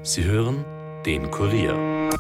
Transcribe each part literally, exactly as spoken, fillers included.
Sie hören den Kurier.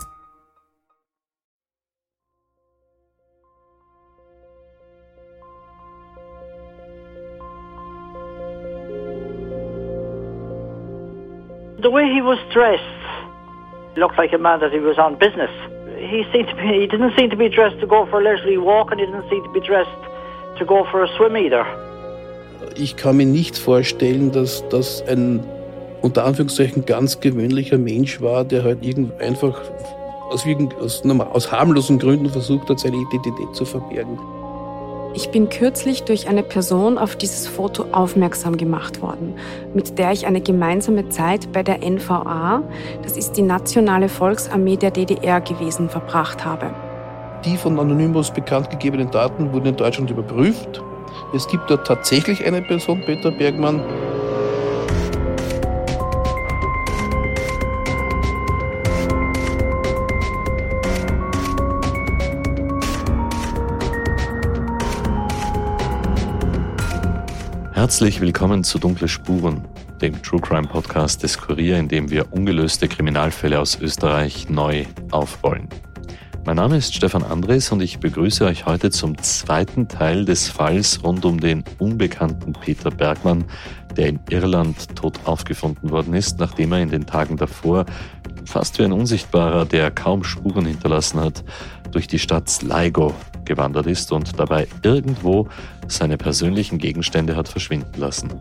The way he was dressed looked like a man that he was on business. He seemed to be, he didn't seem to be dressed to go for a leisurely walk, and he didn't seem to be dressed to go for a swim either. Ich kann mir nicht vorstellen, dass das ein unter Anführungszeichen ganz gewöhnlicher Mensch war, der halt irgend einfach aus, irgend, aus, aus harmlosen Gründen versucht hat, seine Identität zu verbergen. Ich bin kürzlich durch eine Person auf dieses Foto aufmerksam gemacht worden, mit der ich eine gemeinsame Zeit bei der N V A, das ist die Nationale Volksarmee der D D R gewesen, verbracht habe. Die von Anonymous bekannt gegebenen Daten wurden in Deutschland überprüft. Es gibt dort tatsächlich eine Person, Peter Bergmann. Herzlich willkommen zu Dunkle Spuren, dem True Crime Podcast des Kurier, in dem wir ungelöste Kriminalfälle aus Österreich neu aufrollen. Mein Name ist Stefan Andres und ich begrüße euch heute zum zweiten Teil des Falls rund um den unbekannten Peter Bergmann, der in Irland tot aufgefunden worden ist, nachdem er in den Tagen davor fast wie ein Unsichtbarer, der kaum Spuren hinterlassen hat, durch die Stadt Sligo gewandert ist und dabei irgendwo seine persönlichen Gegenstände hat verschwinden lassen.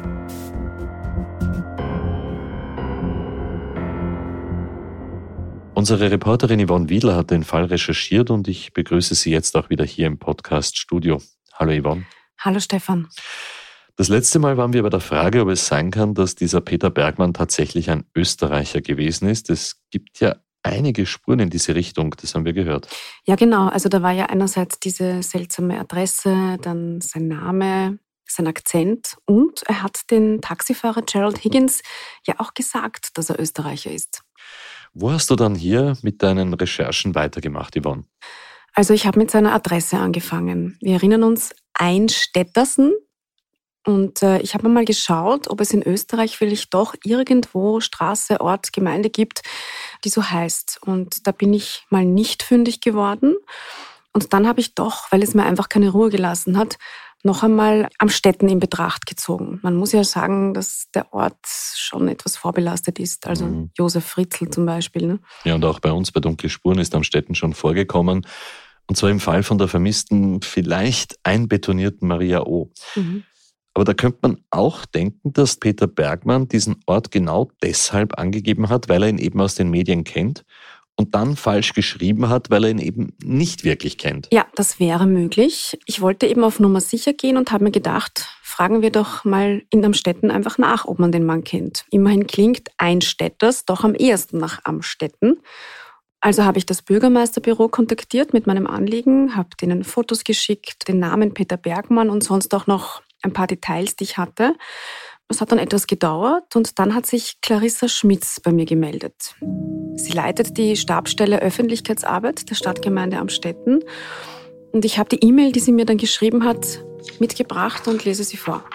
Unsere Reporterin Yvonne Wiedler hat den Fall recherchiert und ich begrüße sie jetzt auch wieder hier im Podcast-Studio. Hallo Yvonne. Hallo Stefan. Das letzte Mal waren wir bei der Frage, ob es sein kann, dass dieser Peter Bergmann tatsächlich ein Österreicher gewesen ist. Es gibt ja einige Spuren in diese Richtung, das haben wir gehört. Ja genau, also da war ja einerseits diese seltsame Adresse, dann sein Name, sein Akzent und er hat den Taxifahrer Gerald Higgins ja auch gesagt, dass er Österreicher ist. Wo hast du dann hier mit deinen Recherchen weitergemacht, Yvonne? Also ich habe mit seiner Adresse angefangen. Wir erinnern uns, Einstettersen. Und äh, ich habe mal geschaut, ob es in Österreich vielleicht doch irgendwo Straße, Ort, Gemeinde gibt, die so heißt. Und da bin ich mal nicht fündig geworden. Und dann habe ich doch, weil es mir einfach keine Ruhe gelassen hat, noch einmal Amstetten in Betracht gezogen. Man muss ja sagen, dass der Ort schon etwas vorbelastet ist. Also mhm. Josef Fritzl zum Beispiel. Ne? Ja, und auch bei uns bei Dunkle Spuren ist Amstetten schon vorgekommen. Und zwar im Fall von der vermissten, vielleicht einbetonierten Maria O. Mhm. Aber da könnte man auch denken, dass Peter Bergmann diesen Ort genau deshalb angegeben hat, weil er ihn eben aus den Medien kennt und dann falsch geschrieben hat, weil er ihn eben nicht wirklich kennt. Ja, das wäre möglich. Ich wollte eben auf Nummer sicher gehen und habe mir gedacht, fragen wir doch mal in Amstetten einfach nach, ob man den Mann kennt. Immerhin klingt Einstetters doch am ehesten nach Amstetten. Also habe ich das Bürgermeisterbüro kontaktiert mit meinem Anliegen, habe denen Fotos geschickt, den Namen Peter Bergmann und sonst auch noch ein paar Details, die ich hatte. Das hat dann etwas gedauert und dann hat sich Clarissa Schmitz bei mir gemeldet. Sie leitet die Stabsstelle Öffentlichkeitsarbeit der Stadtgemeinde Amstetten und ich habe die E-Mail, die sie mir dann geschrieben hat, mitgebracht und lese sie vor.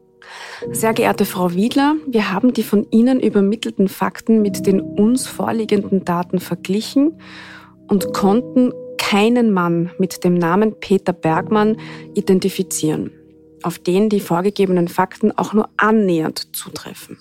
Sehr geehrte Frau Wiedler, wir haben die von Ihnen übermittelten Fakten mit den uns vorliegenden Daten verglichen und konnten keinen Mann mit dem Namen Peter Bergmann identifizieren, auf den die vorgegebenen Fakten auch nur annähernd zutreffen.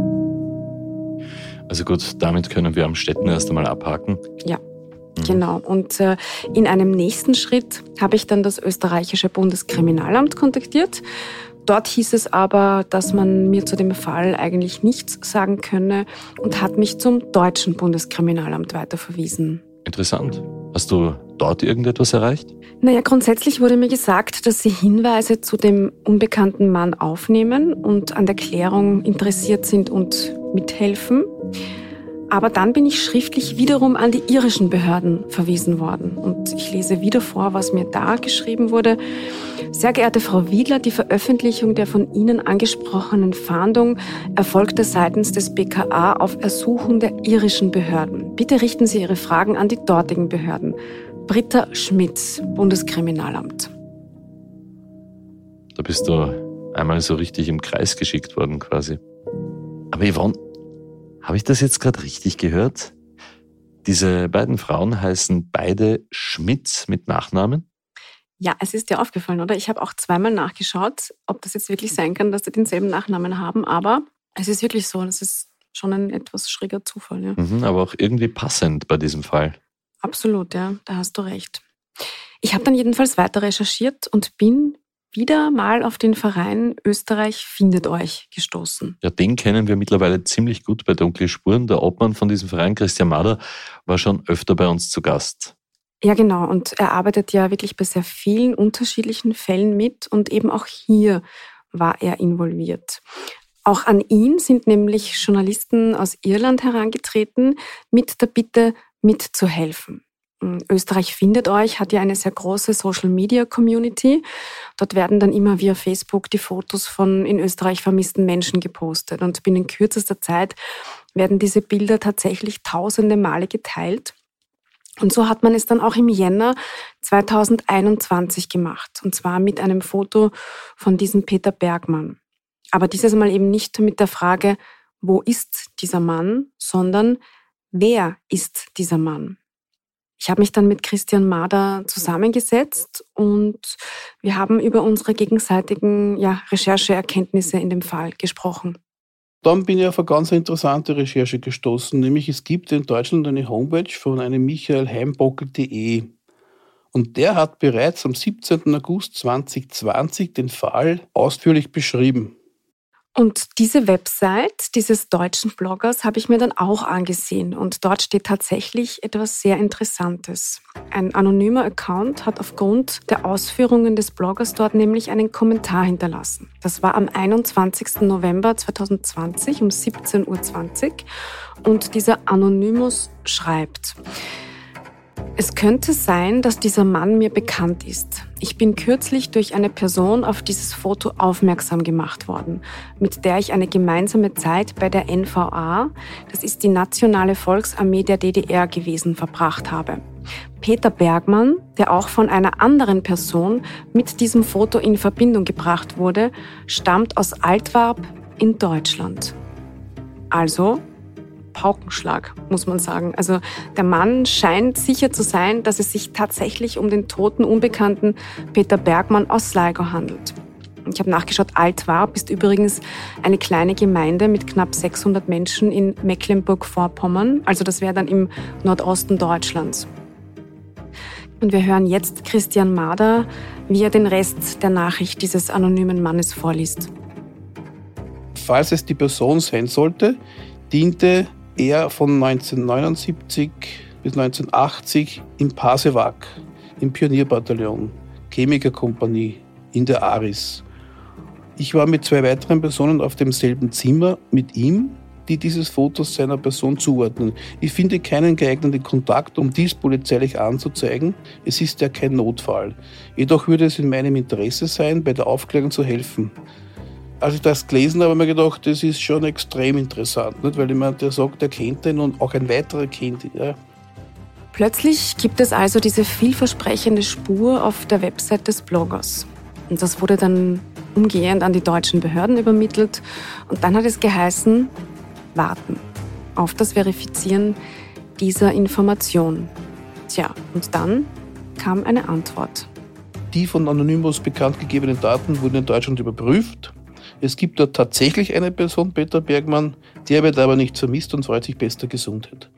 Also gut, damit können wir Amstetten erst einmal abhaken. Ja, mhm. genau. Und äh, in einem nächsten Schritt habe ich dann das österreichische Bundeskriminalamt kontaktiert. Dort hieß es aber, dass man mir zu dem Fall eigentlich nichts sagen könne und hat mich zum deutschen Bundeskriminalamt weiterverwiesen. Interessant. Hast du dort irgendetwas erreicht? Naja, grundsätzlich wurde mir gesagt, dass sie Hinweise zu dem unbekannten Mann aufnehmen und an der Klärung interessiert sind und mithelfen. Aber dann bin ich schriftlich wiederum an die irischen Behörden verwiesen worden. Und ich lese wieder vor, was mir da geschrieben wurde. Sehr geehrte Frau Wiedler, die Veröffentlichung der von Ihnen angesprochenen Fahndung erfolgte seitens des B K A auf Ersuchen der irischen Behörden. Bitte richten Sie Ihre Fragen an die dortigen Behörden. Britta Schmitz, Bundeskriminalamt. Da bist du einmal so richtig im Kreis geschickt worden quasi. Aber Yvonne, Habe ich das jetzt gerade richtig gehört? Diese beiden Frauen heißen beide Schmidt mit Nachnamen? Ja, es ist dir aufgefallen, oder? Ich habe auch zweimal nachgeschaut, ob das jetzt wirklich sein kann, dass sie denselben Nachnamen haben, aber es ist wirklich so, das ist schon ein etwas schräger Zufall. Ja. Mhm, aber auch irgendwie passend bei diesem Fall. Absolut, ja, da hast du recht. Ich habe dann jedenfalls weiter recherchiert und bin wieder mal auf den Verein Österreich findet euch gestoßen. Ja, den kennen wir mittlerweile ziemlich gut bei Dunkle Spuren. Der Obmann von diesem Verein, Christian Mader, war schon öfter bei uns zu Gast. Ja, genau. Und er arbeitet ja wirklich bei sehr vielen unterschiedlichen Fällen mit und eben auch hier war er involviert. Auch an ihn sind nämlich Journalisten aus Irland herangetreten mit der Bitte, mitzuhelfen. Österreich findet euch hat ja eine sehr große Social-Media-Community. Dort werden dann immer via Facebook die Fotos von in Österreich vermissten Menschen gepostet. Und binnen kürzester Zeit werden diese Bilder tatsächlich tausende Male geteilt. Und so hat man es dann auch im Jänner zweitausendeinundzwanzig gemacht. Und zwar mit einem Foto von diesem Peter Bergmann. Aber dieses Mal eben nicht mit der Frage, wo ist dieser Mann, sondern wer ist dieser Mann? Ich habe mich dann mit Christian Mader zusammengesetzt und wir haben über unsere gegenseitigen ja, Rechercheerkenntnisse in dem Fall gesprochen. Dann bin ich auf eine ganz interessante Recherche gestoßen, nämlich es gibt in Deutschland eine Homepage von einem Michael Heimbockel punkt de und der hat bereits am siebzehnten August zweitausendzwanzig den Fall ausführlich beschrieben. Und diese Website dieses deutschen Bloggers habe ich mir dann auch angesehen und dort steht tatsächlich etwas sehr Interessantes. Ein anonymer Account hat aufgrund der Ausführungen des Bloggers dort nämlich einen Kommentar hinterlassen. Das war am einundzwanzigsten November zweitausendzwanzig um siebzehn Uhr zwanzig und dieser Anonymous schreibt: Es könnte sein, dass dieser Mann mir bekannt ist. Ich bin kürzlich durch eine Person auf dieses Foto aufmerksam gemacht worden, mit der ich eine gemeinsame Zeit bei der N V A, das ist die Nationale Volksarmee der D D R gewesen, verbracht habe. Peter Bergmann, der auch von einer anderen Person mit diesem Foto in Verbindung gebracht wurde, stammt aus Altwarp in Deutschland. Also Paukenschlag, muss man sagen. Also der Mann scheint sicher zu sein, dass es sich tatsächlich um den toten, unbekannten Peter Bergmann aus Sligo handelt. Ich habe nachgeschaut, Altwarp ist übrigens eine kleine Gemeinde mit knapp sechshundert Menschen in Mecklenburg-Vorpommern. Also das wäre dann im Nordosten Deutschlands. Und wir hören jetzt Christian Mader, wie er den Rest der Nachricht dieses anonymen Mannes vorliest. Falls es die Person sein sollte, diente er von neunzehnhundertneunundsiebzig bis neunzehnhundertachtzig in Pasewalk, im Pionierbataillon, Chemikerkompanie, in der Aris. Ich war mit zwei weiteren Personen auf demselben Zimmer mit ihm, die dieses Foto seiner Person zuordnen. Ich finde keinen geeigneten Kontakt, um dies polizeilich anzuzeigen. Es ist ja kein Notfall. Jedoch würde es in meinem Interesse sein, bei der Aufklärung zu helfen. Als ich das gelesen habe, habe ich mir gedacht, das ist schon extrem interessant, nicht? Weil jemand, der sagt, er kennt ihn und auch ein weiterer kennt ihn. Ja. Plötzlich gibt es also diese vielversprechende Spur auf der Website des Bloggers. Und das wurde dann umgehend an die deutschen Behörden übermittelt. Und dann hat es geheißen, warten auf das Verifizieren dieser Information. Tja, und dann kam eine Antwort. Die von Anonymous bekannt gegebenen Daten wurden in Deutschland überprüft. Es gibt dort tatsächlich eine Person, Peter Bergmann, der wird aber nicht vermisst und freut sich bester Gesundheit.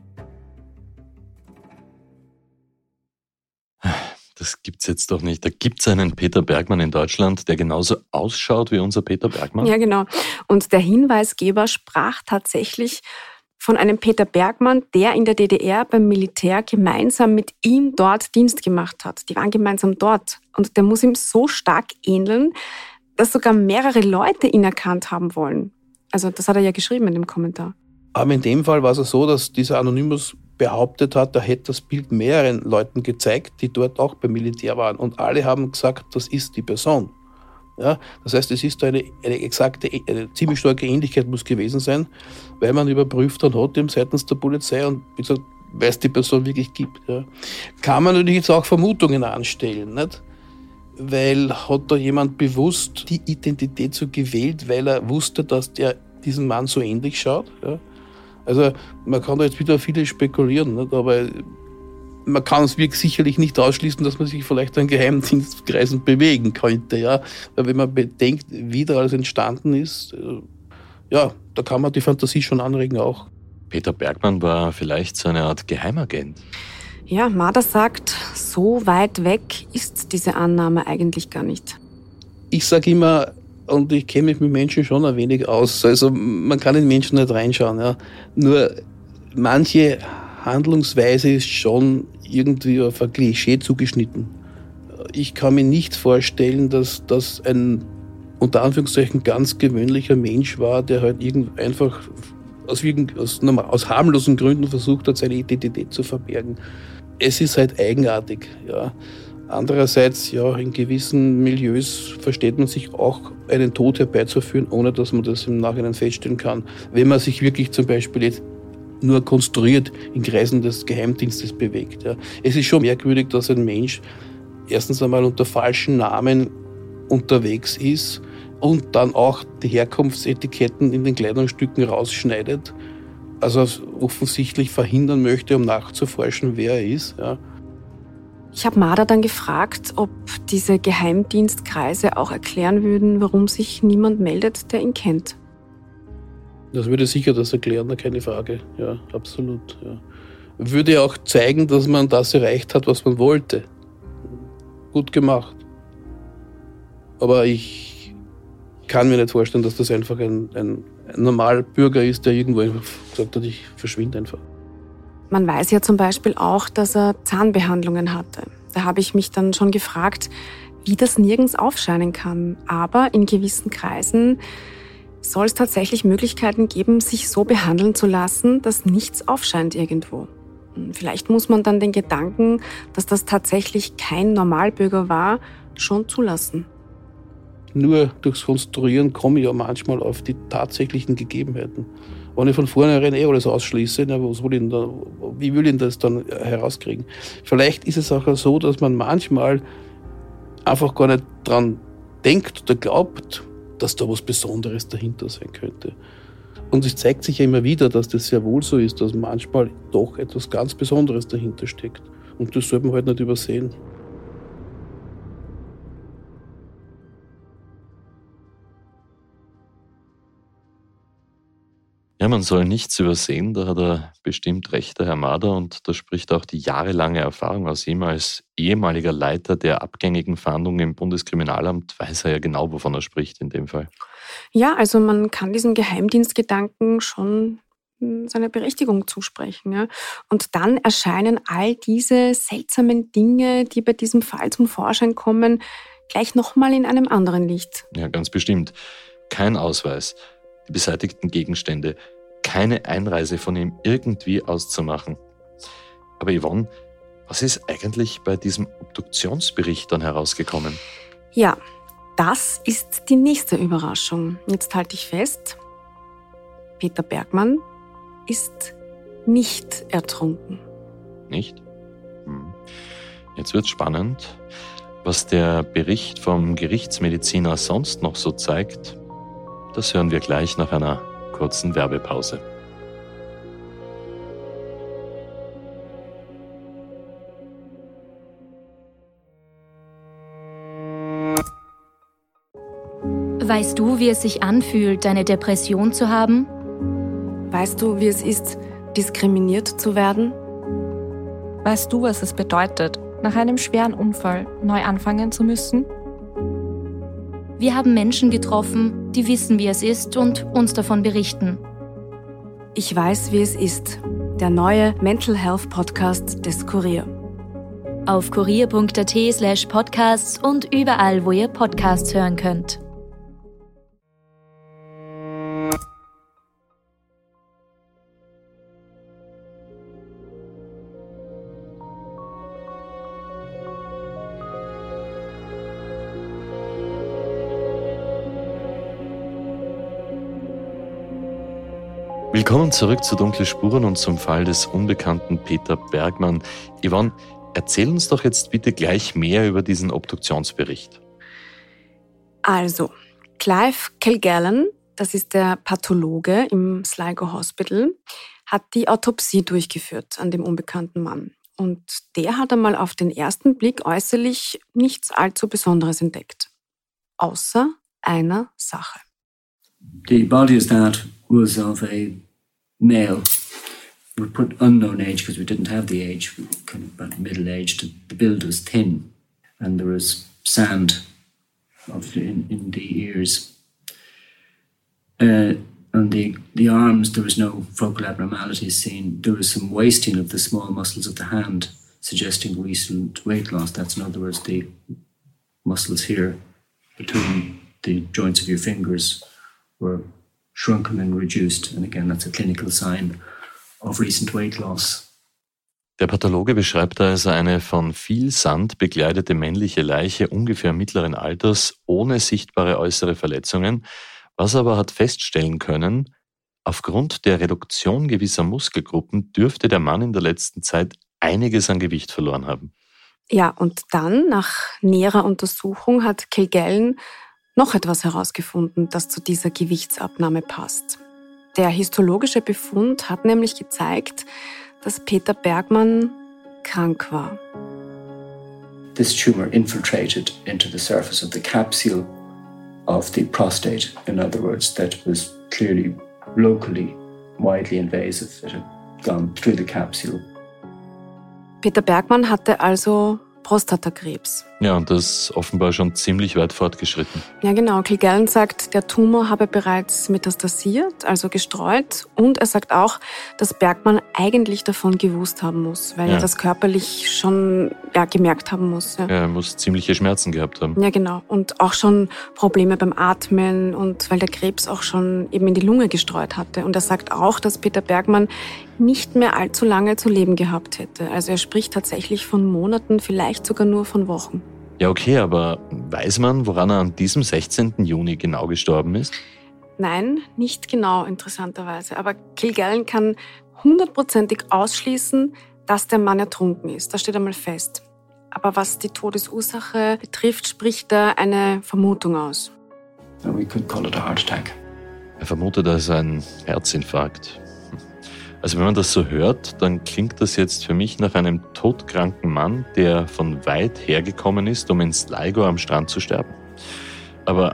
Das gibt's jetzt doch nicht. Da gibt's einen Peter Bergmann in Deutschland, der genauso ausschaut wie unser Peter Bergmann. Ja, genau. Und der Hinweisgeber sprach tatsächlich von einem Peter Bergmann, der in der D D R beim Militär gemeinsam mit ihm dort Dienst gemacht hat. Die waren gemeinsam dort. Und der muss ihm so stark ähneln, dass sogar mehrere Leute ihn erkannt haben wollen. Also das hat er ja geschrieben in dem Kommentar. Aber in dem Fall war es so, dass dieser Anonymous behauptet hat, er hätte das Bild mehreren Leuten gezeigt, die dort auch beim Militär waren. Und alle haben gesagt, das ist die Person. Ja, das heißt, es ist eine, eine exakte, eine ziemlich starke Ähnlichkeit muss gewesen sein, weil man überprüft hat, hat eben seitens der Polizei und wie gesagt, weil es die Person wirklich gibt. Ja. Kann man natürlich jetzt auch Vermutungen anstellen, nicht? Weil hat da jemand bewusst die Identität so gewählt, weil er wusste, dass der diesen Mann so ähnlich schaut. Ja? Also man kann da jetzt wieder viele spekulieren, nicht? Aber man kann es wirklich sicherlich nicht ausschließen, dass man sich vielleicht an Geheimdienstkreisen bewegen könnte. Ja? Weil wenn man bedenkt, wie da alles entstanden ist, ja, da kann man die Fantasie schon anregen auch. Peter Bergmann war vielleicht so eine Art Geheimagent. Ja, Marder sagt, so weit weg ist diese Annahme eigentlich gar nicht. Ich sage immer, und ich kenne mich mit Menschen schon ein wenig aus, also man kann in Menschen nicht reinschauen. Ja. Nur manche Handlungsweise ist schon irgendwie auf ein Klischee zugeschnitten. Ich kann mir nicht vorstellen, dass das ein unter Anführungszeichen ganz gewöhnlicher Mensch war, der halt irgend einfach aus, aus, aus harmlosen Gründen versucht hat, seine Identität zu verbergen. Es ist halt eigenartig. Ja. Andererseits, ja, in gewissen Milieus versteht man sich auch, einen Tod herbeizuführen, ohne dass man das im Nachhinein feststellen kann. Wenn man sich wirklich zum Beispiel jetzt nur konstruiert in Kreisen des Geheimdienstes bewegt. Ja. Es ist schon merkwürdig, dass ein Mensch erstens einmal unter falschen Namen unterwegs ist und dann auch die Herkunftsetiketten in den Kleidungsstücken rausschneidet. Also offensichtlich verhindern möchte, um nachzuforschen, wer er ist. Ja. Ich habe Marder dann gefragt, ob diese Geheimdienstkreise auch erklären würden, warum sich niemand meldet, der ihn kennt. Das würde sicher das erklären, keine Frage. Ja, absolut. Ja. Würde auch zeigen, dass man das erreicht hat, was man wollte. Gut gemacht. Aber ich kann mir nicht vorstellen, dass das einfach ein, ein, ein Normalbürger ist, der irgendwo einfach gesagt hat, ich verschwinde einfach. Man weiß ja zum Beispiel auch, dass er Zahnbehandlungen hatte. Da habe ich mich dann schon gefragt, wie das nirgends aufscheinen kann. Aber in gewissen Kreisen soll es tatsächlich Möglichkeiten geben, sich so behandeln zu lassen, dass nichts aufscheint irgendwo. Vielleicht muss man dann den Gedanken, dass das tatsächlich kein Normalbürger war, schon zulassen. Nur durchs Konstruieren komme ich ja manchmal auf die tatsächlichen Gegebenheiten. Wenn ich von vornherein eh alles ausschließe, na, was will ich da, wie will ich das dann herauskriegen? Vielleicht ist es auch so, dass man manchmal einfach gar nicht dran denkt oder glaubt, dass da was Besonderes dahinter sein könnte. Und es zeigt sich ja immer wieder, dass das sehr wohl so ist, dass manchmal doch etwas ganz Besonderes dahinter steckt. Und das sollte man halt nicht übersehen. Ja, man soll nichts übersehen, da hat er bestimmt recht, der Herr Marder, und da spricht auch die jahrelange Erfahrung aus ihm als ehemaliger Leiter der abgängigen Fahndung im Bundeskriminalamt, weiß er ja genau, wovon er spricht in dem Fall. Ja, also man kann diesem Geheimdienstgedanken schon seine Berechtigung zusprechen. Ja? Und dann erscheinen all diese seltsamen Dinge, die bei diesem Fall zum Vorschein kommen, gleich nochmal in einem anderen Licht. Ja, ganz bestimmt. Kein Ausweis. Die beseitigten Gegenstände, keine Einreise von ihm irgendwie auszumachen. Aber Yvonne, was ist eigentlich bei diesem Obduktionsbericht dann herausgekommen? Ja, das ist die nächste Überraschung. Jetzt halte ich fest, Peter Bergmann ist nicht ertrunken. Nicht? Hm. Jetzt wird's spannend. Was der Bericht vom Gerichtsmediziner sonst noch so zeigt, das hören wir gleich nach einer kurzen Werbepause. Weißt du, wie es sich anfühlt, eine Depression zu haben? Weißt du, wie es ist, diskriminiert zu werden? Weißt du, was es bedeutet, nach einem schweren Unfall neu anfangen zu müssen? Wir haben Menschen getroffen, die wissen, wie es ist und uns davon berichten. Ich weiß, wie es ist. Der neue Mental Health Podcast des Kurier. Auf kurier punkt at slash podcasts und überall, wo ihr Podcasts hören könnt. Willkommen zurück zu Dunkle Spuren und zum Fall des unbekannten Peter Bergmann. Yvonne, erzähl uns doch jetzt bitte gleich mehr über diesen Obduktionsbericht. Also, Clive Kilgallen, das ist der Pathologe im Sligo Hospital, hat die Autopsie durchgeführt an dem unbekannten Mann. Und der hat einmal auf den ersten Blick äußerlich nichts allzu Besonderes entdeckt. Außer einer Sache. The body as that was of a male. We put unknown age because we didn't have the age. We were kind of about middle-aged. The build was thin and there was sand obviously in, in the ears. Uh, on the, the arms, there was no focal abnormalities seen. There was some wasting of the small muscles of the hand, suggesting recent weight loss. That's in other words, the muscles here between the joints of your fingers were shrunken and reduced. And again, that's a clinical sign of recent weight loss. Der Pathologe beschreibt da also eine von viel Sand bekleidete männliche Leiche ungefähr mittleren Alters ohne sichtbare äußere Verletzungen, was aber hat feststellen können, aufgrund der Reduktion gewisser Muskelgruppen dürfte der Mann in der letzten Zeit einiges an Gewicht verloren haben. Ja, und dann, nach näherer Untersuchung, hat Kilgallen noch etwas herausgefunden, das zu dieser Gewichtsabnahme passt. Der histologische Befund hat nämlich gezeigt, dass Peter Bergman krank war. This tumor infiltrated into the surface of the capsule of the prostate. In other words, that was clearly locally widely invasive. It had gone through the capsule. Peter Bergman hatte also Prostatakrebs. Ja, und das offenbar schon ziemlich weit fortgeschritten. Ja, genau. Kilgallen sagt, der Tumor habe bereits metastasiert, also gestreut. Und er sagt auch, dass Bergman eigentlich davon gewusst haben muss, weil ja. er das körperlich schon ja, gemerkt haben muss. Ja. ja, er muss ziemliche Schmerzen gehabt haben. Ja, genau. Und auch schon Probleme beim Atmen und weil der Krebs auch schon eben in die Lunge gestreut hatte. Und er sagt auch, dass Peter Bergman nicht mehr allzu lange zu leben gehabt hätte. Also er spricht tatsächlich von Monaten, vielleicht sogar nur von Wochen. Ja, okay, aber weiß man, woran er an diesem sechzehnten Juni genau gestorben ist? Nein, nicht genau, interessanterweise. Aber Kilgallen kann hundertprozentig ausschließen, dass der Mann ertrunken ist. Das steht einmal fest. Aber was die Todesursache betrifft, spricht er eine Vermutung aus. We could call it a heart attack. Er vermutet also einen Herzinfarkt. Also wenn man das so hört, dann klingt das jetzt für mich nach einem todkranken Mann, der von weit hergekommen ist, um in Sligo am Strand zu sterben. Aber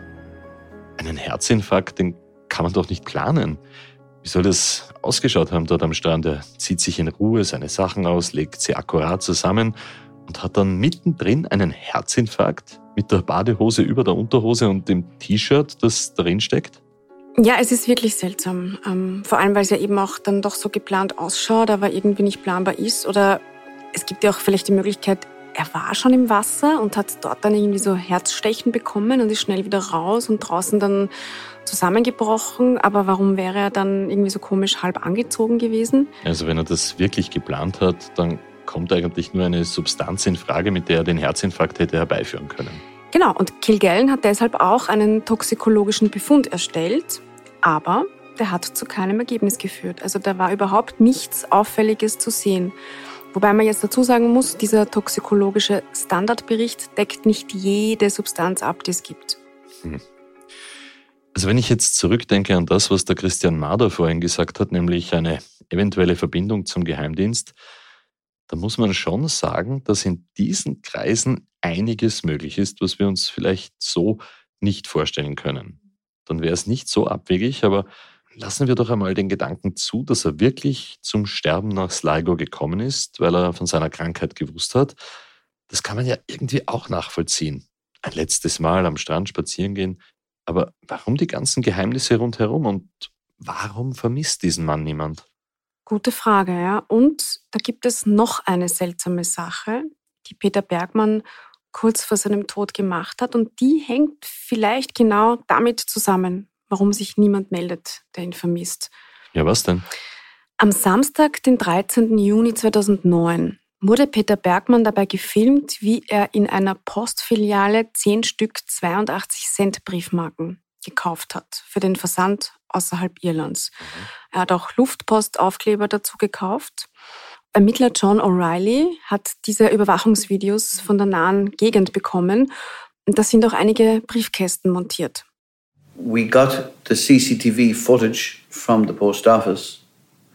einen Herzinfarkt, den kann man doch nicht planen. Wie soll das ausgeschaut haben dort am Strand? Er zieht sich in Ruhe seine Sachen aus, legt sie akkurat zusammen und hat dann mittendrin einen Herzinfarkt mit der Badehose über der Unterhose und dem T-Shirt, das drin steckt? Ja, es ist wirklich seltsam. Ähm, vor allem, weil es ja eben auch dann doch so geplant ausschaut, aber irgendwie nicht planbar ist. Oder es gibt ja auch vielleicht die Möglichkeit, er war schon im Wasser und hat dort dann irgendwie so Herzstechen bekommen und ist schnell wieder raus und draußen dann zusammengebrochen. Aber warum wäre er dann irgendwie so komisch halb angezogen gewesen? Also wenn er das wirklich geplant hat, dann kommt eigentlich nur eine Substanz in Frage, mit der er den Herzinfarkt hätte herbeiführen können. Genau, und Kilgallen hat deshalb auch einen toxikologischen Befund erstellt, aber der hat zu keinem Ergebnis geführt. Also da war überhaupt nichts Auffälliges zu sehen. Wobei man jetzt dazu sagen muss, dieser toxikologische Standardbericht deckt nicht jede Substanz ab, die es gibt. Hm. Also wenn ich jetzt zurückdenke an das, was der Christian Mader vorhin gesagt hat, nämlich eine eventuelle Verbindung zum Geheimdienst, da muss man schon sagen, dass in diesen Kreisen einiges möglich ist, was wir uns vielleicht so nicht vorstellen können. Dann wäre es nicht so abwegig, aber lassen wir doch einmal den Gedanken zu, dass er wirklich zum Sterben nach Sligo gekommen ist, weil er von seiner Krankheit gewusst hat. Das kann man ja irgendwie auch nachvollziehen. Ein letztes Mal am Strand spazieren gehen. Aber warum die ganzen Geheimnisse rundherum und warum vermisst diesen Mann niemand? Gute Frage, ja. Und da gibt es noch eine seltsame Sache, die Peter Bergman kurz vor seinem Tod gemacht hat. Und die hängt vielleicht genau damit zusammen, warum sich niemand meldet, der ihn vermisst. Ja, was denn? Am Samstag, den dreizehnten Juni zweitausendneun, wurde Peter Bergman dabei gefilmt, wie er in einer Postfiliale zehn Stück zweiundachtzig Cent Briefmarken gekauft hat für den Versand außerhalb Irlands. Mhm. Er hat auch Luftpostaufkleber dazu gekauft. Ermittler John O'Reilly hat diese Überwachungsvideos von der nahen Gegend bekommen. Und da sind auch einige Briefkästen montiert. We got the C C T V footage from the post office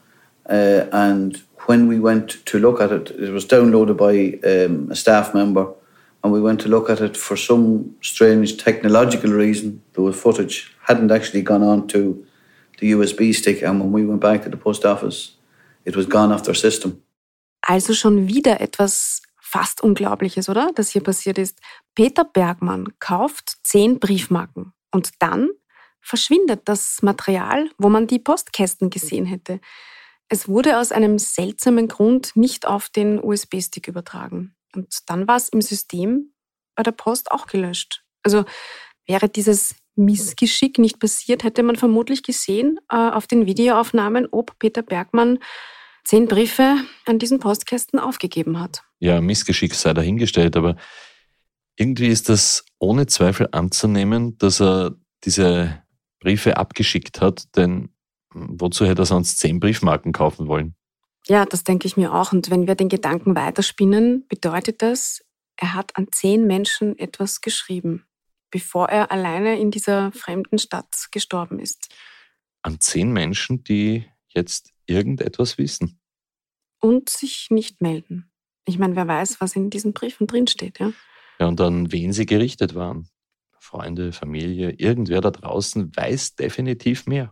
Uh, and when we went to look at it, it was downloaded by um, a staff member, and we went to look at it for some strange technological reason. The footage hadn't actually gone on to the U S B stick, and when we went back to the post office, it was gone off their system. Also schon wieder etwas fast Unglaubliches, oder? Das hier passiert ist. Peter Bergmann kauft zehn Briefmarken und dann verschwindet das Material, wo man die Postkästen gesehen hätte. Es wurde aus einem seltsamen Grund nicht auf den U S B-Stick übertragen. Und dann war es im System bei der Post auch gelöscht. Also wäre dieses Missgeschick nicht passiert, hätte man vermutlich gesehen äh, auf den Videoaufnahmen, ob Peter Bergmann zehn Briefe an diesen Postkästen aufgegeben hat. Ja, Missgeschick sei dahingestellt, aber irgendwie ist das ohne Zweifel anzunehmen, dass er diese Briefe abgeschickt hat, denn wozu hätte er sonst zehn Briefmarken kaufen wollen? Ja, das denke ich mir auch. Und wenn wir den Gedanken weiterspinnen, bedeutet das, er hat an zehn Menschen etwas geschrieben, bevor er alleine in dieser fremden Stadt gestorben ist. An zehn Menschen, die jetzt irgendetwas wissen. Und sich nicht melden. Ich meine, wer weiß, was in diesen Briefen drinsteht, ja? Ja, und an wen sie gerichtet waren. Freunde, Familie, irgendwer da draußen weiß definitiv mehr.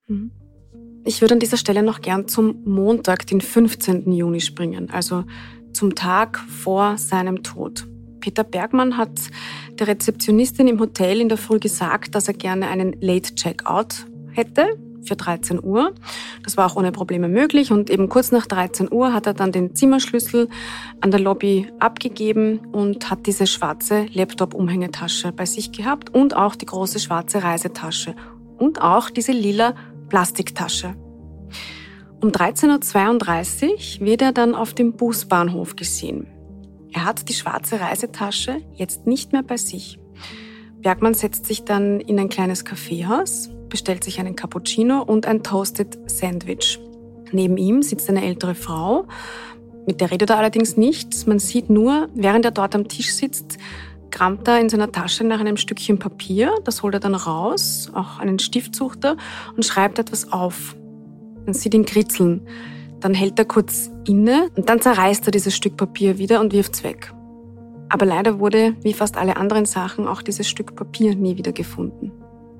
Ich würde an dieser Stelle noch gern zum Montag, den fünfzehnten Juni springen, also zum Tag vor seinem Tod. Peter Bergmann hat der Rezeptionistin im Hotel in der Früh gesagt, dass er gerne einen Late Checkout hätte für dreizehn Uhr. Das war auch ohne Probleme möglich und eben kurz nach dreizehn Uhr hat er dann den Zimmerschlüssel an der Lobby abgegeben und hat diese schwarze Laptop-Umhängetasche bei sich gehabt und auch die große schwarze Reisetasche und auch diese lila Plastiktasche. Um dreizehn Uhr zweiunddreißig wird er dann auf dem Busbahnhof gesehen. Er hat die schwarze Reisetasche jetzt nicht mehr bei sich. Bergmann setzt sich dann in ein kleines Kaffeehaus, bestellt sich einen Cappuccino und ein Toasted Sandwich. Neben ihm sitzt eine ältere Frau, mit der redet er allerdings nicht. Man sieht nur, während er dort am Tisch sitzt, kramt er in seiner Tasche nach einem Stückchen Papier, das holt er dann raus, auch einen Stift sucht er und schreibt etwas auf. Man sieht ihn kritzeln. Dann hält er kurz inne und dann zerreißt er dieses Stück Papier wieder und wirft es weg. Aber leider wurde, wie fast alle anderen Sachen, auch dieses Stück Papier nie wieder gefunden.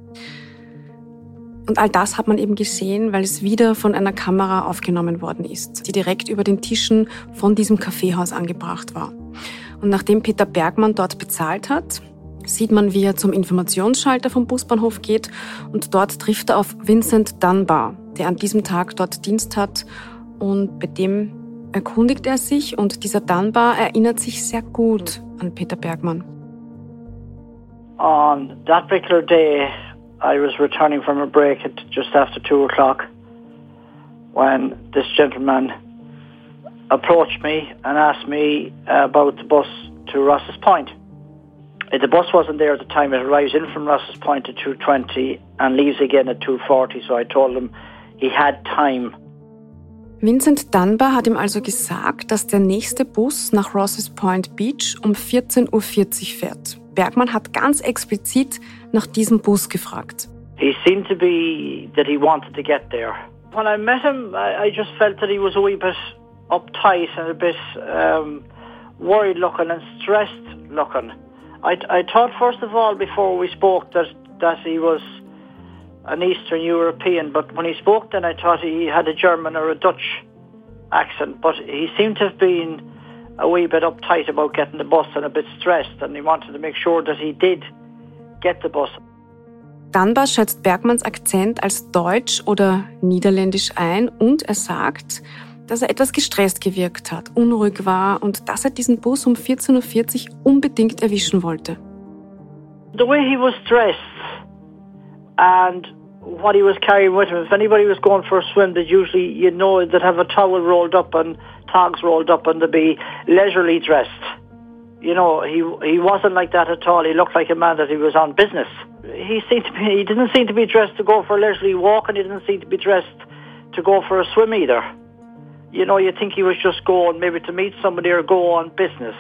Und all das hat man eben gesehen, weil es wieder von einer Kamera aufgenommen worden ist, die direkt über den Tischen von diesem Kaffeehaus angebracht war. Und nachdem Peter Bergmann dort bezahlt hat, sieht man, wie er zum Informationsschalter vom Busbahnhof geht und dort trifft er auf Vincent Dunbar, der an diesem Tag dort Dienst hat und bei dem erkundigt er sich und dieser Dunbar erinnert sich sehr gut an Peter Bergmann. On that particular day, I was returning from a break at just after two o'clock when this gentleman approached me and asked me about the bus to Ross's Point. The bus wasn't there at the time. It arrives in from Ross's Point at two twenty and leaves again at two forty, so I told him he had time. Vincent Dunbar hat ihm also gesagt, dass der nächste Bus nach Ross's Point Beach um vierzehn Uhr vierzig fährt. Bergmann hat ganz explizit nach diesem Bus gefragt. He seemed to be that he wanted to get there. When I met him, I, I just felt that he was a wee bit uptight and a bit um, worried looking and stressed looking. I, I thought first of all before we spoke that, that he was an Eastern European, but when he spoke then I thought he had a German or a Dutch accent, but he seemed to have been a wee bit uptight about getting the bus and a bit stressed, and he wanted to make sure that he did get the bus. Dunbar schätzt Bergmanns Akzent als deutsch oder niederländisch ein und er sagt, dass er etwas gestresst gewirkt hat, unruhig war und dass er diesen Bus um vierzehn Uhr vierzig unbedingt erwischen wollte. The way he was dressed and what he was carrying with him, if anybody was going for a swim, that usually you know they'd have a towel rolled up and togs rolled up and they'd be leisurely dressed. You know, he he wasn't like that at all. He looked like a man that he was on business. He seemed to be, he didn't seem to be dressed to go for a leisurely walk, and he didn't seem to be dressed to go for a swim either. You know, you think he was just going maybe to meet somebody or go on business.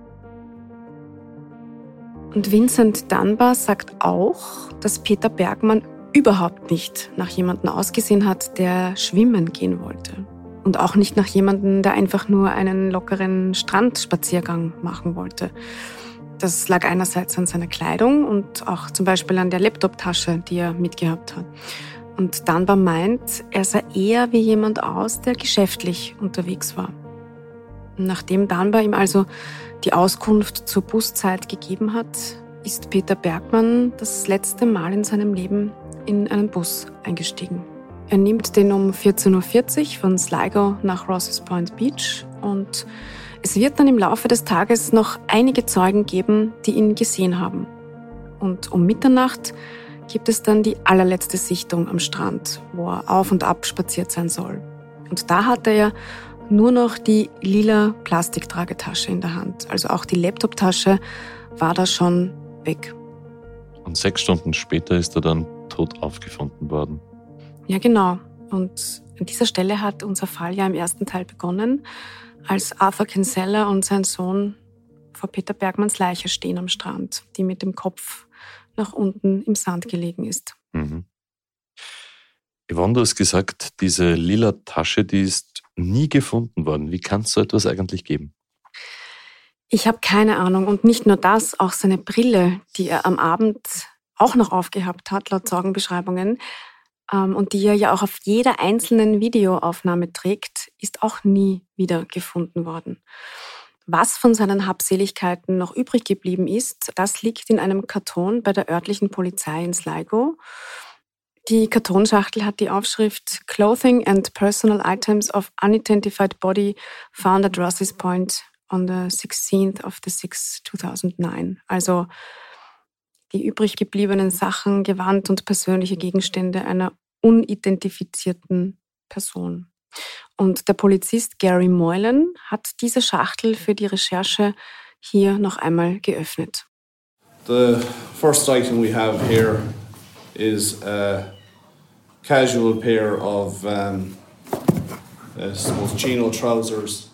Und Vincent Dunbar sagt auch, dass Peter Bergmann überhaupt nicht nach jemandem ausgesehen hat, der schwimmen gehen wollte. Und auch nicht nach jemandem, der einfach nur einen lockeren Strandspaziergang machen wollte. Das lag einerseits an seiner Kleidung und auch zum Beispiel an der Laptoptasche, die er mitgehabt hat. Und dann war meint, er sah eher wie jemand aus, der geschäftlich unterwegs war. Nachdem Dunbar ihm also die Auskunft zur Buszeit gegeben hat, ist Peter Bergmann das letzte Mal in seinem Leben in einen Bus eingestiegen. Er nimmt den um vierzehn Uhr vierzig von Sligo nach Rosses Point Beach und es wird dann im Laufe des Tages noch einige Zeugen geben, die ihn gesehen haben. Und um Mitternacht gibt es dann die allerletzte Sichtung am Strand, wo er auf und ab spaziert sein soll. Und da hat er ja nur noch die lila Plastiktragetasche in der Hand. Also auch die Laptoptasche war da schon weg. Und sechs Stunden später ist er dann tot aufgefunden worden. Ja, genau. Und an dieser Stelle hat unser Fall ja im ersten Teil begonnen, als Arthur Kinsella und sein Sohn vor Peter Bergmanns Leiche stehen am Strand, die mit dem Kopf nach unten im Sand gelegen ist. Mhm. Yvonne, du hast gesagt, diese lila Tasche, die ist nie gefunden worden. Wie kann es so etwas eigentlich geben? Ich habe keine Ahnung. Und nicht nur das, auch seine Brille, die er am Abend auch noch aufgehabt hat, laut Zeugenbeschreibungen, ähm, und die er ja auch auf jeder einzelnen Videoaufnahme trägt, ist auch nie wieder gefunden worden. Was von seinen Habseligkeiten noch übrig geblieben ist, das liegt in einem Karton bei der örtlichen Polizei in Sligo. Die Kartonschachtel hat die Aufschrift Clothing and Personal Items of Unidentified Body found at Rosses Point on the sixteenth of the sixth, two thousand nine. Also die übrig gebliebenen Sachen, Gewand und persönliche Gegenstände einer unidentifizierten Person. Und der Polizist Gary Moylan hat diese Schachtel für die Recherche hier noch einmal geöffnet. The first item we have here is a casual pair of um, I suppose chino trousers.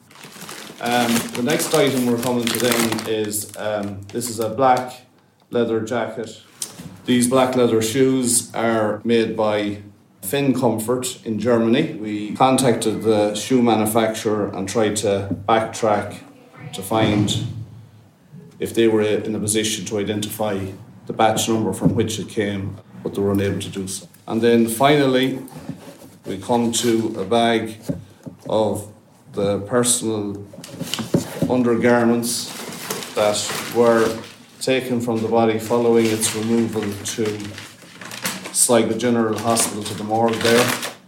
Um, the next item we're coming to then is um, this is a black leather jacket. These black leather shoes are made by Finn Comfort in Germany. We contacted the shoe manufacturer and tried to backtrack to find if they were in a position to identify the batch number from which it came, but they were unable to do so. And then finally, we come to a bag of the personal undergarments that were taken from the body following its removal to Sligo General Hospital, to the morgue there.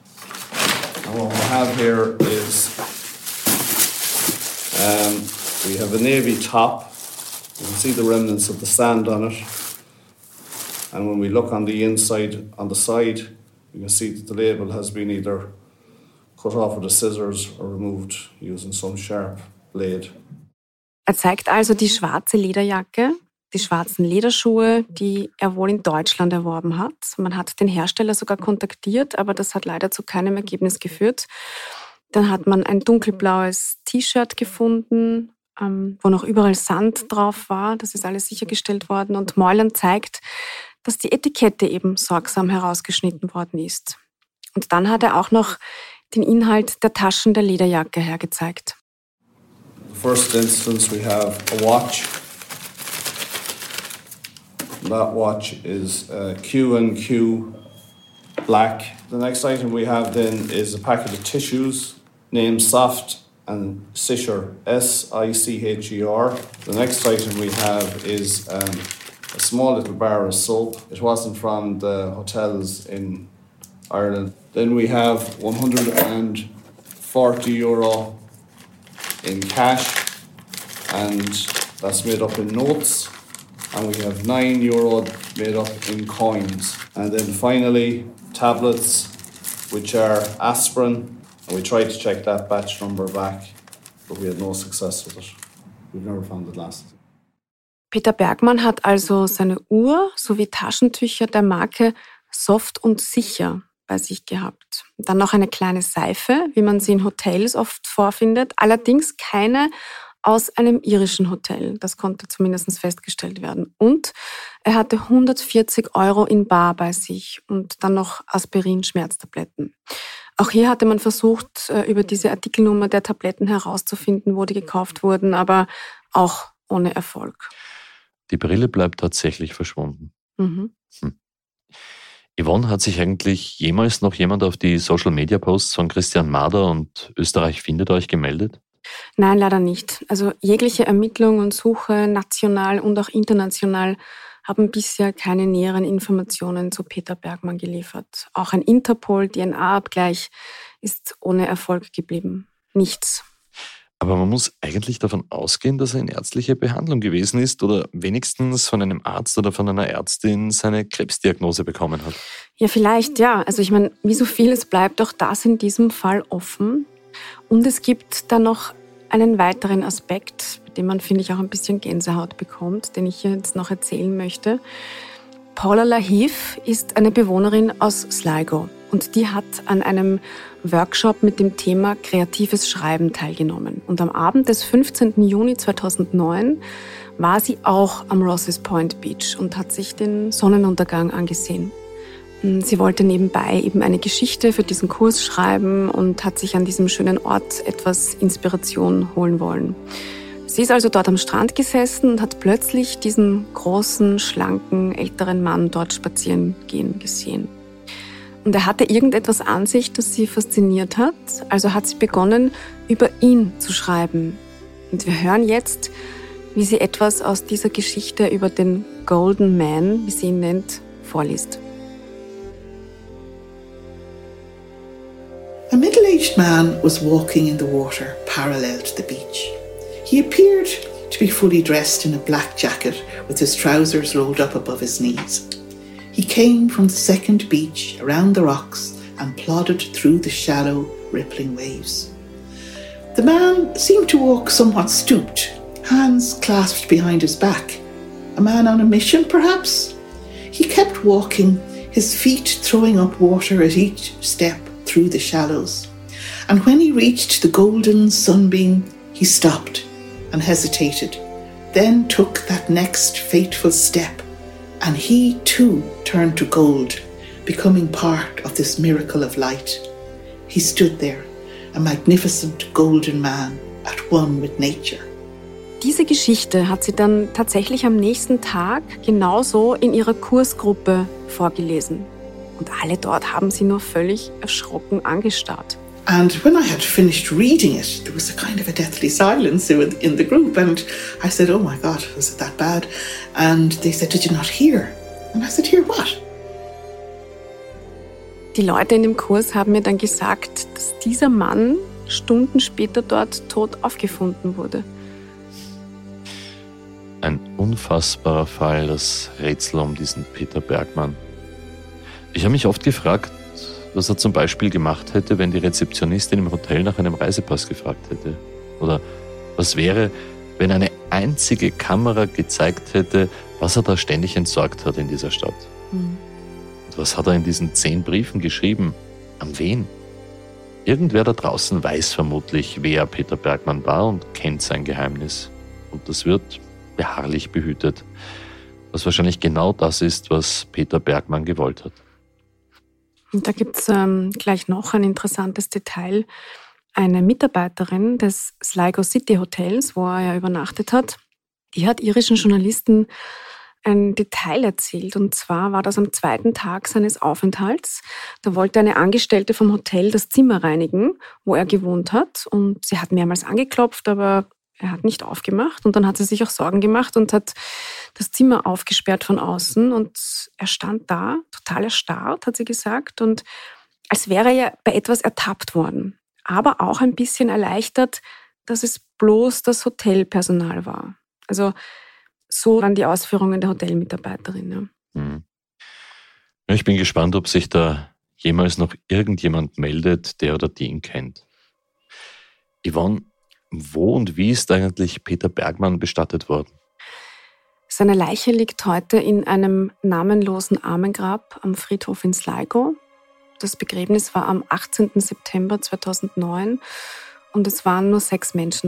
And what we have here is um, we have a navy top. You can see the remnants of the sand on it. And when we look on the inside, on the side, you can see that the label has been either cut off with the scissors or removed using some sharp blade. Er zeigt also die schwarze Lederjacke, die schwarzen Lederschuhe, die er wohl in Deutschland erworben hat. Man hat den Hersteller sogar kontaktiert, aber das hat leider zu keinem Ergebnis geführt. Dann hat man ein dunkelblaues T-Shirt gefunden, ähm, wo noch überall Sand drauf war. Das ist alles sichergestellt worden. Und Moylan zeigt, dass die Etikette eben sorgsam herausgeschnitten worden ist. Und dann hat er auch noch den Inhalt der Taschen der Lederjacke hergezeigt. First instance, we have a watch. That watch is uh, Q and Q black. The next item we have then is a packet of tissues named Soft and Sisher, S I C H E R. The next item we have is um, a small little bar of soap. It wasn't from the hotels in Ireland. Then we have one hundred forty euro in cash, and that's made up in notes. And we have nine euro made up in coins. And then finally, tablets, which are aspirin. And we tried to check that batch number back, but we had no success with it. We've never found it last. Peter Bergmann hat also seine Uhr sowie Taschentücher der Marke Soft und Sicher bei sich gehabt. Dann noch eine kleine Seife, wie man sie in Hotels oft vorfindet, allerdings keine aus einem irischen Hotel. Das konnte zumindest festgestellt werden. Und er hatte hundertvierzig Euro in bar bei sich und dann noch Aspirin-Schmerztabletten. Auch hier hatte man versucht, über diese Artikelnummer der Tabletten herauszufinden, wo die gekauft wurden, aber auch ohne Erfolg. Die Brille bleibt tatsächlich verschwunden. Mhm. Hm. Yvonne, hat sich eigentlich jemals noch jemand auf die Social-Media-Posts von Christian Mader und Österreich findet euch gemeldet? Nein, leider nicht. Also jegliche Ermittlung und Suche, national und auch international, haben bisher keine näheren Informationen zu Peter Bergmann geliefert. Auch ein Interpol-D N A-Abgleich ist ohne Erfolg geblieben. Nichts. Aber man muss eigentlich davon ausgehen, dass er in ärztlicher Behandlung gewesen ist oder wenigstens von einem Arzt oder von einer Ärztin seine Krebsdiagnose bekommen hat. Ja, vielleicht, ja. Also ich meine, wie so vieles bleibt auch das in diesem Fall offen. Und es gibt da noch einen weiteren Aspekt, bei dem man, finde ich, auch ein bisschen Gänsehaut bekommt, den ich hier jetzt noch erzählen möchte. Paula Lahiff ist eine Bewohnerin aus Sligo und die hat an einem Workshop mit dem Thema kreatives Schreiben teilgenommen. Und am Abend des fünfzehnten Juni zweitausendneun war sie auch am Rosses Point Beach und hat sich den Sonnenuntergang angesehen. Sie wollte nebenbei eben eine Geschichte für diesen Kurs schreiben und hat sich an diesem schönen Ort etwas Inspiration holen wollen. Sie ist also dort am Strand gesessen und hat plötzlich diesen großen, schlanken, älteren Mann dort spazieren gehen gesehen. Und er hatte irgendetwas an sich, das sie fasziniert hat. Also hat sie begonnen, über ihn zu schreiben. Und wir hören jetzt, wie sie etwas aus dieser Geschichte über den Golden Man, wie sie ihn nennt, vorliest. A middle-aged man was walking in the water parallel to the beach. He appeared to be fully dressed in a black jacket with his trousers rolled up above his knees. He came from the second beach around the rocks and plodded through the shallow, rippling waves. The man seemed to walk somewhat stooped, hands clasped behind his back. A man on a mission, perhaps? He kept walking, his feet throwing up water at each step through the shallows. And when he reached the golden sunbeam, he stopped and hesitated, then took that next fateful step, and he too turned to gold, becoming part of this miracle of light. He stood there, a magnificent golden man at one with nature. Diese Geschichte hat sie dann tatsächlich am nächsten Tag genauso in ihrer Kursgruppe vorgelesen. Und alle dort haben sie nur völlig erschrocken angestarrt. And when I had finished reading it, there was a kind of a deathly silence in the group. And I said, oh my God, was it that bad? And they said, did you not hear? And I said, hear what? Die Leute in dem Kurs haben mir dann gesagt, dass dieser Mann Stunden später dort tot aufgefunden wurde. Ein unfassbarer Fall, das Rätsel um diesen Peter Bergmann. Ich habe mich oft gefragt, was er zum Beispiel gemacht hätte, wenn die Rezeptionistin im Hotel nach einem Reisepass gefragt hätte. Oder was wäre, wenn eine einzige Kamera gezeigt hätte, was er da ständig entsorgt hat in dieser Stadt. Mhm. Und was hat er in diesen zehn Briefen geschrieben? An wen? Irgendwer da draußen weiß vermutlich, wer Peter Bergmann war und kennt sein Geheimnis. Und das wird beharrlich behütet, was wahrscheinlich genau das ist, was Peter Bergmann gewollt hat. Und da gibt es ähm, gleich noch ein interessantes Detail. Eine Mitarbeiterin des Sligo City Hotels, wo er ja übernachtet hat, die hat irischen Journalisten ein Detail erzählt. Und zwar war das am zweiten Tag seines Aufenthalts. Da wollte eine Angestellte vom Hotel das Zimmer reinigen, wo er gewohnt hat. Und sie hat mehrmals angeklopft, aber er hat nicht aufgemacht. Und dann hat sie sich auch Sorgen gemacht und hat das Zimmer aufgesperrt von außen. Und er stand da, total erstarrt, hat sie gesagt. Und als wäre er bei etwas ertappt worden. Aber auch ein bisschen erleichtert, dass es bloß das Hotelpersonal war. Also so waren die Ausführungen der Hotelmitarbeiterin. Ja. Hm. Ja, ich bin gespannt, ob sich da jemals noch irgendjemand meldet, der oder die ihn kennt. Yvonne, wo und wie ist eigentlich Peter Bergmann bestattet worden? Seine Leiche liegt heute in einem namenlosen Armengrab am Friedhof in Sligo. Das Begräbnis war am achtzehnten September zweitausendneun und es waren nur sechs Menschen da.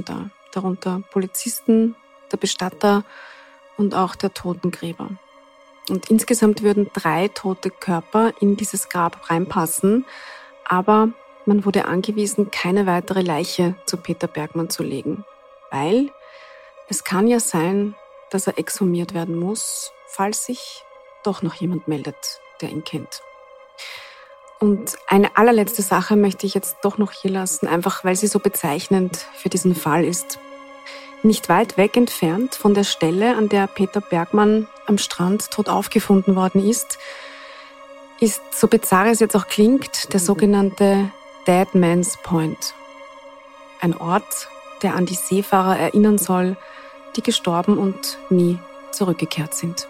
darunter Polizisten, der Bestatter und auch der Totengräber. Und insgesamt würden drei tote Körper in dieses Grab reinpassen, aber man wurde angewiesen, keine weitere Leiche zu Peter Bergmann zu legen, weil es kann ja sein, dass er exhumiert werden muss, falls sich doch noch jemand meldet, der ihn kennt. Und eine allerletzte Sache möchte ich jetzt doch noch hier lassen, einfach weil sie so bezeichnend für diesen Fall ist. Nicht weit weg entfernt von der Stelle, an der Peter Bergmann am Strand tot aufgefunden worden ist, ist, so bizarr es jetzt auch klingt, der sogenannte Dead Man's Point. Ein Ort, der an die Seefahrer erinnern soll, die gestorben und nie zurückgekehrt sind.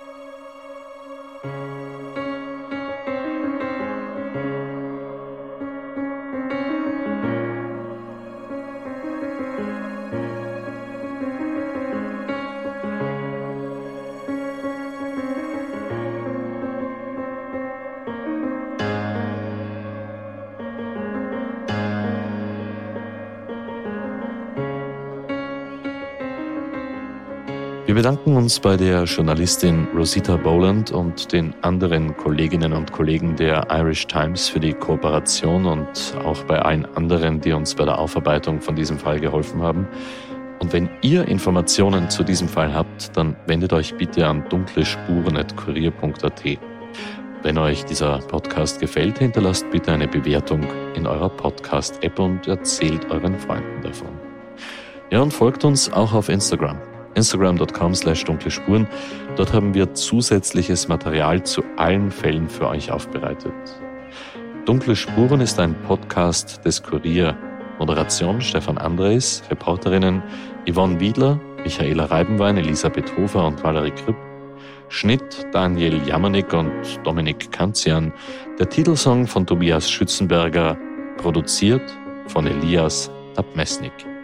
Wir bedanken uns bei der Journalistin Rosita Boland und den anderen Kolleginnen und Kollegen der Irish Times für die Kooperation und auch bei allen anderen, die uns bei der Aufarbeitung von diesem Fall geholfen haben. Und wenn ihr Informationen zu diesem Fall habt, dann wendet euch bitte an dunklespuren at kurier punkt at. Wenn euch dieser Podcast gefällt, hinterlasst bitte eine Bewertung in eurer Podcast-App und erzählt euren Freunden davon. Ja, und folgt uns auch auf Instagram. instagram punkt com slash dunkle spuren. Dort haben wir zusätzliches Material zu allen Fällen für euch aufbereitet. Dunkle Spuren ist ein Podcast des Kurier. Moderation Stefan Andres, Reporterinnen Yvonne Wiedler, Michaela Reibenwein, Elisabeth Hofer und Valerie Kripp. Schnitt Daniel Jamanik und Dominik Kanzian. Der Titelsong von Tobias Schützenberger, produziert von Elias Dabmesnik.